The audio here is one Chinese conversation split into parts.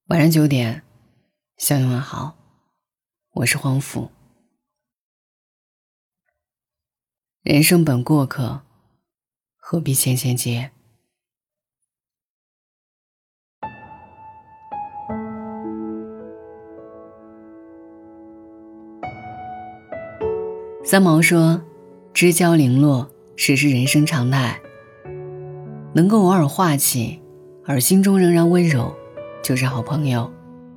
晚上9点，向你问好，我是黄甫。人生本过客，何必千千结。三毛说，知交零落实是人生常态，能够偶尔化气而心中仍然温柔，就是好朋友。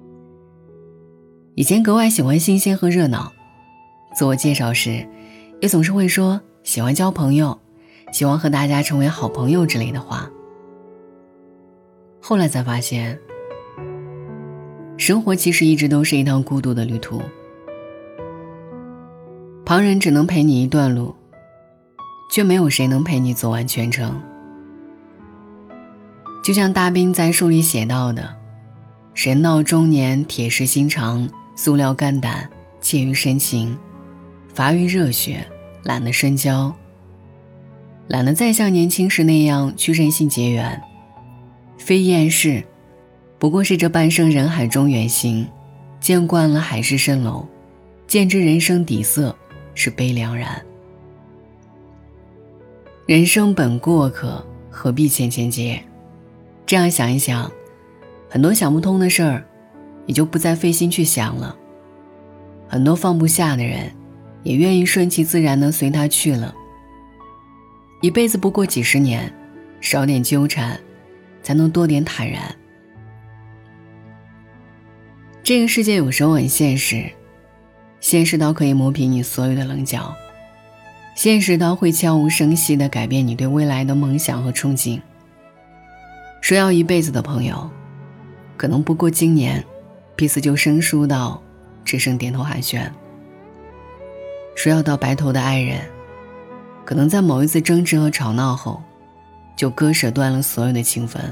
以前格外喜欢新鲜和热闹，自我介绍时也总是会说喜欢交朋友，希望和大家成为好朋友之类的话。后来才发现，生活其实一直都是一趟孤独的旅途，旁人只能陪你一段路，却没有谁能陪你走完全程。就像大兵在书里写到的，人到中年，铁石心肠，塑料肝胆，怯于深情，乏于热血，懒得深交，懒得再像年轻时那样去任性结缘。非厌世，不过是这半生人海中远行，见惯了海市蜃楼，见知人生底色是悲凉然。人生本过客，何必千千结。这样想一想，很多想不通的事儿也就不再费心去想了，很多放不下的人也愿意顺其自然地随他去了。一辈子不过几十年，少点纠缠，才能多点坦然。这个世界有时候很现实，现实到可以磨平你所有的棱角，现实到会悄无声息地改变你对未来的梦想和憧憬。说要一辈子的朋友，可能不过今年彼此就生疏到只剩点头寒暄。说要到白头的爱人，可能在某一次争执和吵闹后就割舍断了所有的情分。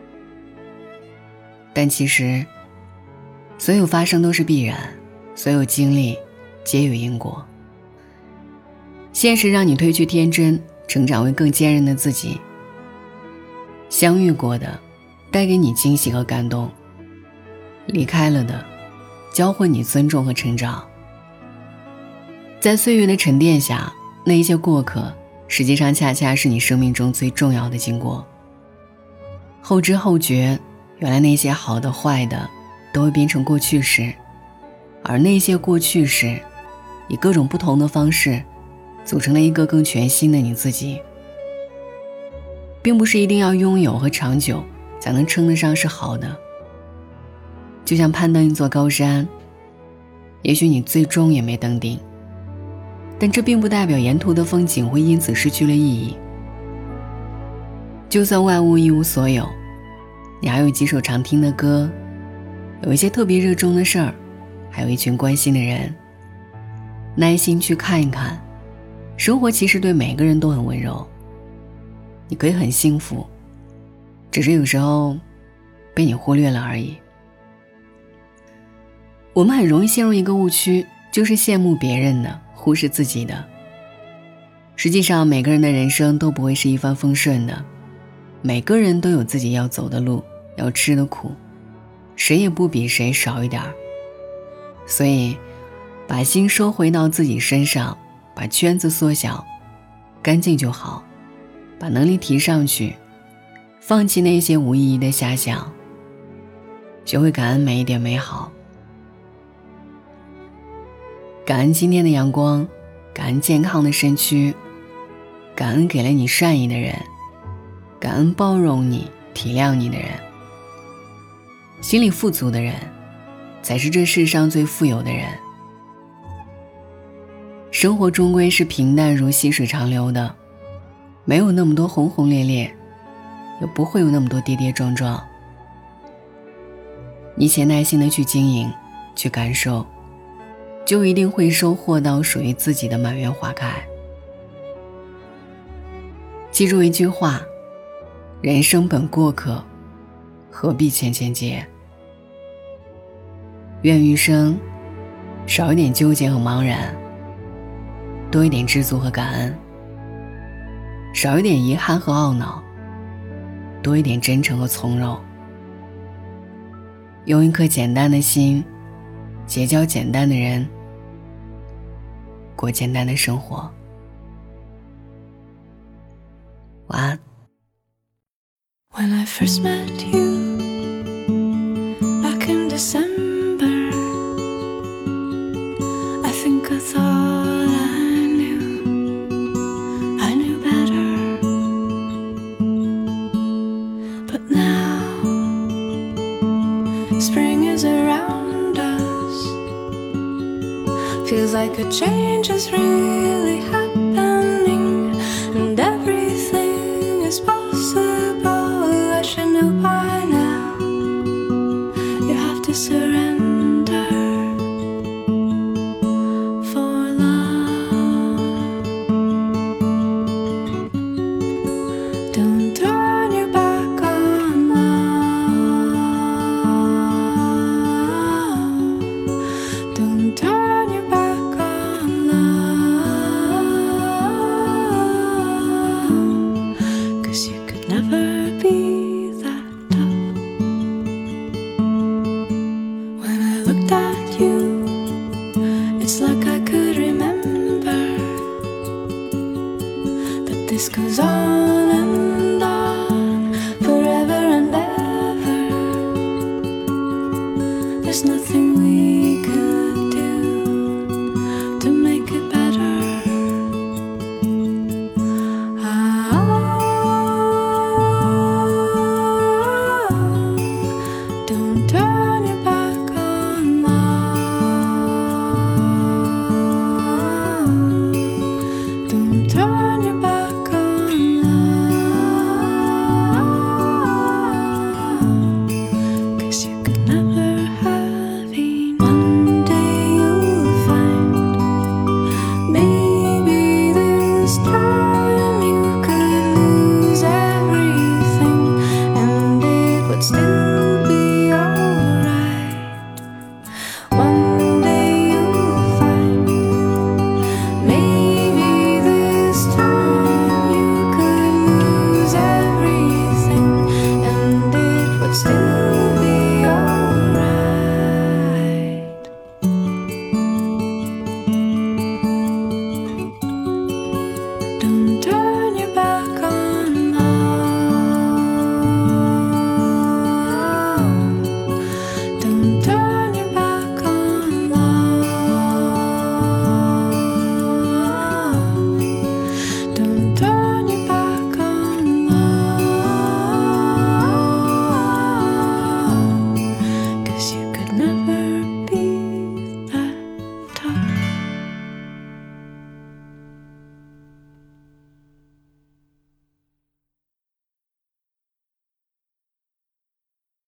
但其实所有发生都是必然，所有经历皆有因果。现实让你褪去天真，成长为更坚韧的自己。相遇过的带给你惊喜和感动，离开了的教会你尊重和成长。在岁月的沉淀下，那一些过客实际上恰恰是你生命中最重要的经过。后知后觉，原来那些好的坏的都会变成过去式，而那些过去式以各种不同的方式组成了一个更全新的你自己。并不是一定要拥有和长久才能称得上是好的。就像攀登一座高山，也许你最终也没登顶，但这并不代表沿途的风景会因此失去了意义。就算万物一无所有，你还有几首常听的歌，有一些特别热衷的事儿，还有一群关心的人。耐心去看一看，生活其实对每个人都很温柔。你可以很幸福，只是有时候被你忽略了而已。我们很容易陷入一个误区，就是羡慕别人的，忽视自己的。实际上每个人的人生都不会是一帆风顺的，每个人都有自己要走的路，要吃的苦，谁也不比谁少一点。所以把心收回到自己身上，把圈子缩小，干净就好，把能力提上去，放弃那些无意义的遐想，学会感恩每一点美好。感恩今天的阳光，感恩健康的身躯，感恩给了你善意的人，感恩包容你体谅你的人。心里富足的人才是这世上最富有的人。生活终归是平淡如细水长流的，没有那么多轰轰烈烈，也不会有那么多跌跌撞撞。你且耐心地去经营，去感受，就一定会收获到属于自己的满园花开。记住一句话，人生本过客，何必千千结。愿余生少一点纠结和茫然，多一点知足和感恩，少一点遗憾和懊恼，多一点真诚和从容。 用一颗简单的心，结交简单的人，过简单的生活。晚安。 When I first met you back in December, I think I thought I knew better. But now spring is around us, feels like a change is really happening, and everything is possible. I should know by now. You have to surrender for love. Don't turn your back on love. Don't turn your back on love, 'cause you could never be this goes on and on, forever and ever. There's nothing we could